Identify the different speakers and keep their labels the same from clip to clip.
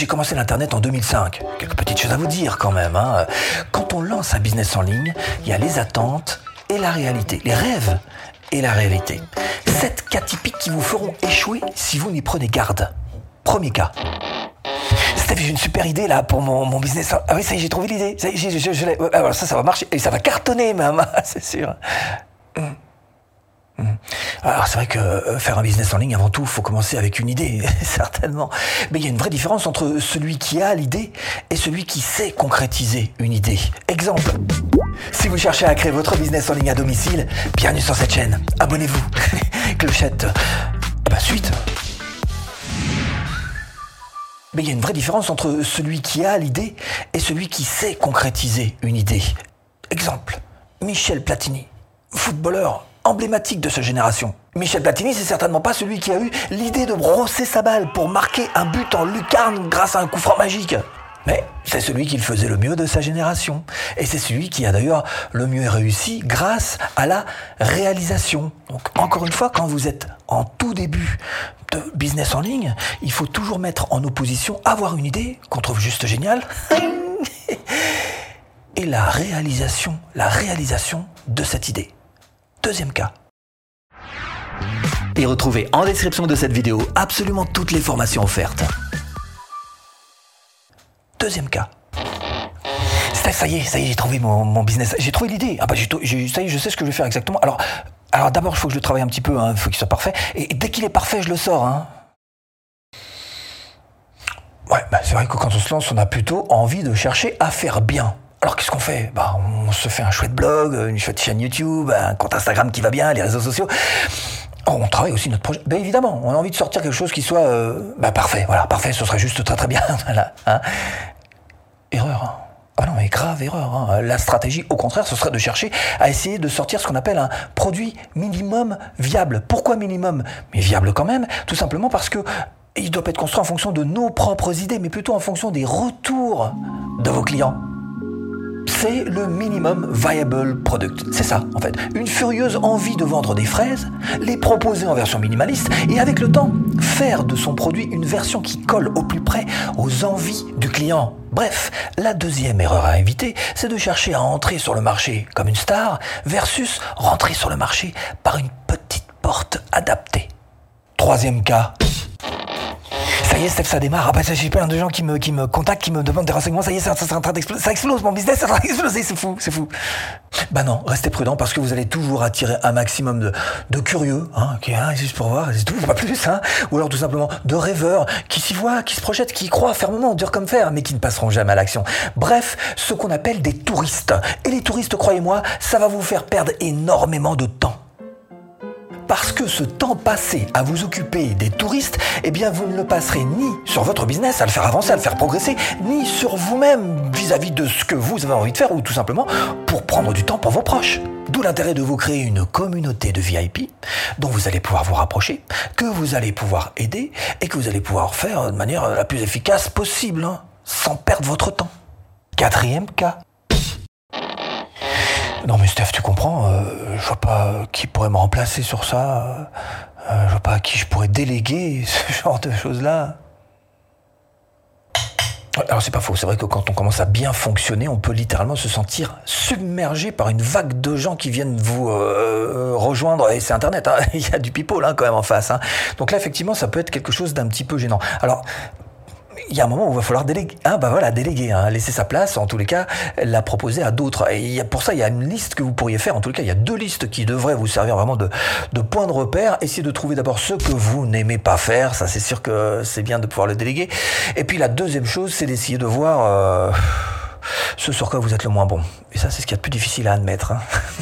Speaker 1: j'ai commencé l'Internet en 2005. Quelques petites choses à vous dire quand même. Quand on lance un business en ligne, il y a les attentes et la réalité. Les rêves et la réalité. 7 cas typiques qui vous feront échouer si vous n'y prenez garde. Premier cas. Steph, j'ai une super idée là pour mon business. Ah oui, ça y est, j'ai trouvé l'idée. Ça y est, je l'ai. Alors ça va marcher. Et ça va cartonner même, c'est sûr. Alors c'est vrai que faire un business en ligne, avant tout, il faut commencer avec une idée, certainement. Mais il y a une vraie différence entre celui qui a l'idée et celui qui sait concrétiser une idée. Exemple, si vous cherchez à créer votre business en ligne à domicile, bienvenue sur cette chaîne. Abonnez-vous. Clochette. Suite. Mais il y a une vraie différence entre celui qui a l'idée et celui qui sait concrétiser une idée. Exemple, Michel Platini, footballeur emblématique de sa génération. Michel Platini, c'est certainement pas celui qui a eu l'idée de brosser sa balle pour marquer un but en lucarne grâce à un coup franc magique. Mais c'est celui qui le faisait le mieux de sa génération. Et c'est celui qui a d'ailleurs le mieux réussi grâce à la réalisation. Donc encore une fois, quand vous êtes en tout début de business en ligne, il faut toujours mettre en opposition avoir une idée qu'on trouve juste géniale et la réalisation de cette idée. Deuxième cas. Et retrouvez en description de cette vidéo absolument toutes les formations offertes. Deuxième cas. Ça y est, j'ai trouvé mon business. J'ai trouvé l'idée. Ça y est, je sais ce que je vais faire exactement. Alors d'abord, il faut que je le travaille un petit peu. Il faut qu'il soit parfait. Et dès qu'il est parfait, je le sors. Ouais, c'est vrai que quand on se lance, on a plutôt envie de chercher à faire bien. Alors qu'est-ce qu'on fait ? On se fait un chouette blog, une chouette chaîne YouTube, un compte Instagram qui va bien, les réseaux sociaux. On travaille aussi notre projet. Évidemment, on a envie de sortir quelque chose qui soit parfait. Voilà, parfait, ce serait juste très très bien. Voilà, Erreur. Ah non, mais grave erreur. La stratégie, au contraire, ce serait de chercher à essayer de sortir ce qu'on appelle un produit minimum viable. Pourquoi minimum ? Mais viable quand même, tout simplement parce que il ne doit pas être construit en fonction de nos propres idées, mais plutôt en fonction des retours de vos clients. C'est le minimum viable product. C'est ça, en fait. Une furieuse envie de vendre des fraises, les proposer en version minimaliste et avec le temps, faire de son produit une version qui colle au plus près aux envies du client. Bref, la deuxième erreur à éviter, c'est de chercher à entrer sur le marché comme une star versus rentrer sur le marché par une petite porte adaptée. Troisième cas. Ça y est, Steph, ça démarre. J'ai plein de gens qui me contactent, qui me demandent des renseignements. Ça y est, c'est en train d'exploser. Ça explose, mon business, c'est en train d'exploser. C'est fou. Non, restez prudent parce que vous allez toujours attirer un maximum de curieux, qui juste pour voir, c'est tout, pas plus, ou alors tout simplement de rêveurs qui s'y voient, qui se projettent, qui y croient fermement, dur comme fer, mais qui ne passeront jamais à l'action. Bref, ce qu'on appelle des touristes. Et les touristes, croyez-moi, ça va vous faire perdre énormément de temps. Parce que ce temps passé à vous occuper des touristes, vous ne le passerez ni sur votre business, à le faire avancer, à le faire progresser, ni sur vous-même vis-à-vis de ce que vous avez envie de faire ou tout simplement pour prendre du temps pour vos proches. D'où l'intérêt de vous créer une communauté de VIP dont vous allez pouvoir vous rapprocher, que vous allez pouvoir aider et que vous allez pouvoir faire de manière la plus efficace possible, sans perdre votre temps. Quatrième cas. Non mais Steph, tu comprends, je vois pas qui pourrait me remplacer sur ça, je vois pas à qui je pourrais déléguer ce genre de choses-là. Alors c'est pas faux, c'est vrai que quand on commence à bien fonctionner, on peut littéralement se sentir submergé par une vague de gens qui viennent vous rejoindre, et c'est Internet, il y a du people quand même en face. Donc là effectivement ça peut être quelque chose d'un petit peu gênant. Alors il y a un moment où il va falloir déléguer. Déléguer, laisser sa place, en tous les cas, la proposer à d'autres. Et pour ça, il y a une liste que vous pourriez faire. En tous les cas, il y a 2 listes qui devraient vous servir vraiment de point de repère. Essayez de trouver d'abord ce que vous n'aimez pas faire. Ça, c'est sûr que c'est bien de pouvoir le déléguer. Et puis la deuxième chose, c'est d'essayer de voir ce sur quoi vous êtes le moins bon. Et ça, c'est ce qu'il y a de plus difficile à admettre.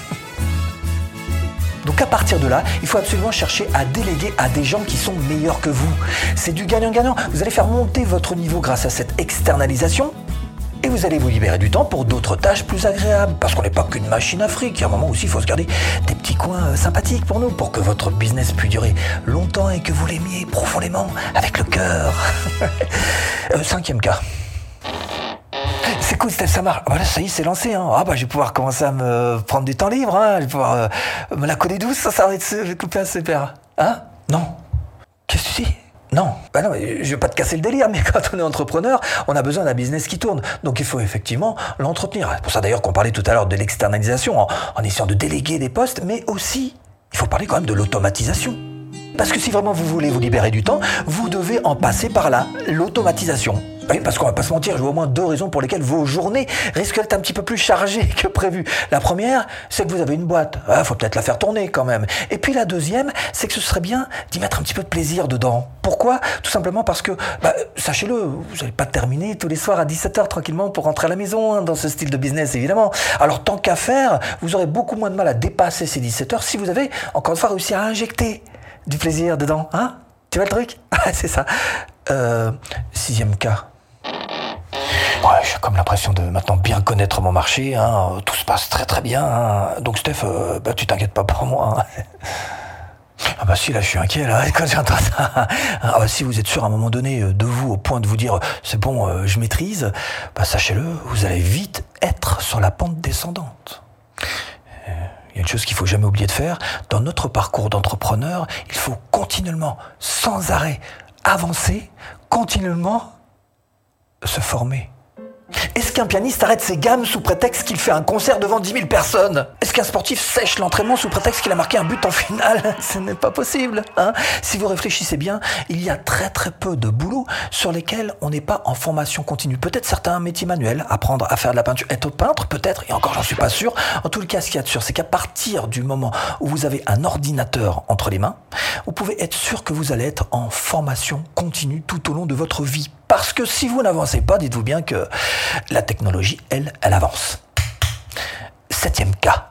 Speaker 1: Donc à partir de là, il faut absolument chercher à déléguer à des gens qui sont meilleurs que vous. C'est du gagnant-gagnant. Vous allez faire monter votre niveau grâce à cette externalisation et vous allez vous libérer du temps pour d'autres tâches plus agréables. Parce qu'on n'est pas qu'une machine à fric. Il y a un moment aussi, il faut se garder des petits coins sympathiques pour nous, pour que votre business puisse durer longtemps et que vous l'aimiez profondément, avec le cœur. Cinquième cas. C'est cool, Steph, ça marche. Voilà, ça y est, c'est lancé. Je vais pouvoir commencer à me prendre du temps libre. Je vais pouvoir me la coller douce. Ça va être couper à super. Non. Qu'est-ce que tu dis ? Non, bah non, je vais pas te casser le délire, mais quand on est entrepreneur, on a besoin d'un business qui tourne. Donc il faut effectivement l'entretenir. C'est pour ça d'ailleurs qu'on parlait tout à l'heure de l'externalisation, en essayant de déléguer des postes, mais aussi, il faut parler quand même de l'automatisation. Parce que si vraiment vous voulez vous libérer du temps, vous devez en passer par là, l'automatisation. Oui, parce qu'on va pas se mentir, je vois au moins 2 raisons pour lesquelles vos journées risquent d'être un petit peu plus chargées que prévu. La première, c'est que vous avez une boîte. Faut peut-être la faire tourner quand même. Et puis la deuxième, c'est que ce serait bien d'y mettre un petit peu de plaisir dedans. Pourquoi ? Tout simplement parce que, sachez-le, vous n'allez pas terminer tous les soirs à 17h tranquillement pour rentrer à la maison, dans ce style de business évidemment. Alors tant qu'à faire, vous aurez beaucoup moins de mal à dépasser ces 17h si vous avez, encore une fois, réussi à injecter du plaisir dedans. Hein ? Tu vois le truc ? C'est ça. 6e cas. Ouais, j'ai comme l'impression de maintenant bien connaître mon marché, hein. Tout se passe très très bien, hein. Donc Steph, tu t'inquiètes pas pour moi, hein. Ah bah si, là je suis inquiet là, quand j'entends ça. Ah bah si vous êtes sûr à un moment donné de vous au point de vous dire c'est bon, je maîtrise, sachez-le, vous allez vite être sur la pente descendante. Il y a une chose qu'il faut jamais oublier de faire, dans notre parcours d'entrepreneur, il faut continuellement, sans arrêt, avancer, continuellement se former. Est-ce qu'un pianiste arrête ses gammes sous prétexte qu'il fait un concert devant 10 000 personnes ? Est-ce qu'un sportif sèche l'entraînement sous prétexte qu'il a marqué un but en finale ? Ce n'est pas possible, hein ? Si vous réfléchissez bien, il y a très très peu de boulots sur lesquels on n'est pas en formation continue. Peut-être certains métiers manuels, apprendre à faire de la peinture, être peintre peut-être, et encore j'en suis pas sûr. En tout cas, ce qu'il y a de sûr, c'est qu'à partir du moment où vous avez un ordinateur entre les mains, vous pouvez être sûr que vous allez être en formation continue tout au long de votre vie. Parce que si vous n'avancez pas, dites-vous bien que la technologie, elle avance. 7e cas.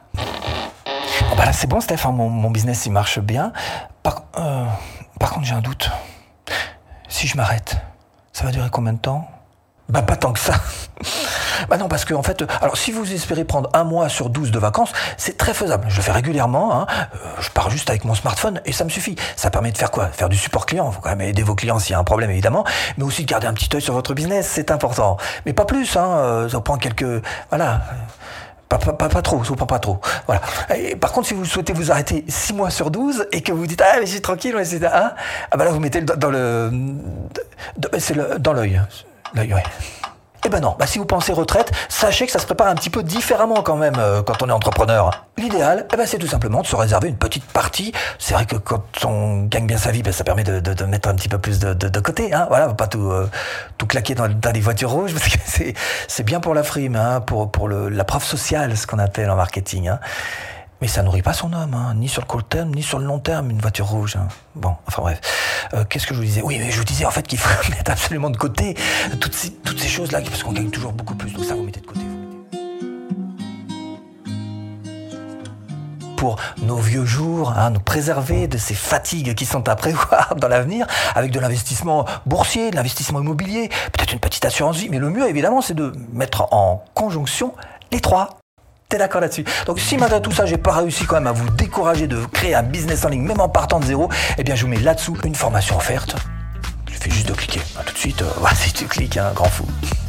Speaker 1: Là, c'est bon, Steph, hein, mon business, il marche bien. Par contre, j'ai un doute. Si je m'arrête, ça va durer combien de temps ? Pas tant que ça. Non, parce que en fait, alors si vous espérez prendre 1 mois sur 12 de vacances, c'est très faisable. Je le fais régulièrement, hein. Je pars juste avec mon smartphone et ça me suffit. Ça permet de faire quoi ? Faire du support client. Il faut quand même aider vos clients s'il y a un problème évidemment, mais aussi de garder un petit œil sur votre business, c'est important. Mais pas plus, hein. Ça prend quelques, voilà. Pas trop, ça vous prend pas trop. Voilà. Et par contre, si vous souhaitez vous arrêter 6 mois sur 12 et que vous dites mais je suis tranquille, etc. Là vous mettez dans l'œil. L'œil, ouais. Non, si vous pensez retraite, sachez que ça se prépare un petit peu différemment quand même quand on est entrepreneur. L'idéal, c'est tout simplement de se réserver une petite partie. C'est vrai que quand on gagne bien sa vie, ça permet de mettre un petit peu plus de côté, hein. Voilà, pas tout claquer dans les voitures rouges, parce que c'est bien pour la frime, hein, pour la preuve sociale, ce qu'on appelle en marketing, hein. Mais ça nourrit pas son homme, hein, ni sur le court terme, ni sur le long terme, une voiture rouge. Hein. Bon, enfin bref. Qu'est-ce que je vous disais ? Oui, mais je vous disais en fait qu'il faut mettre absolument de côté toutes ces choses-là, parce qu'on gagne toujours beaucoup plus. Donc ça, vous mettez de côté. Pour nos vieux jours, hein, nous préserver de ces fatigues qui sont à prévoir dans l'avenir, avec de l'investissement boursier, de l'investissement immobilier, peut-être une petite assurance vie. Mais le mieux, évidemment, c'est de mettre en conjonction les 3. T'es d'accord là-dessus ? Donc si malgré tout ça, j'ai pas réussi quand même à vous décourager de créer un business en ligne, même en partant de zéro, je vous mets là-dessous une formation offerte. Il suffit juste de cliquer. Tout de suite, si tu cliques, grand fou.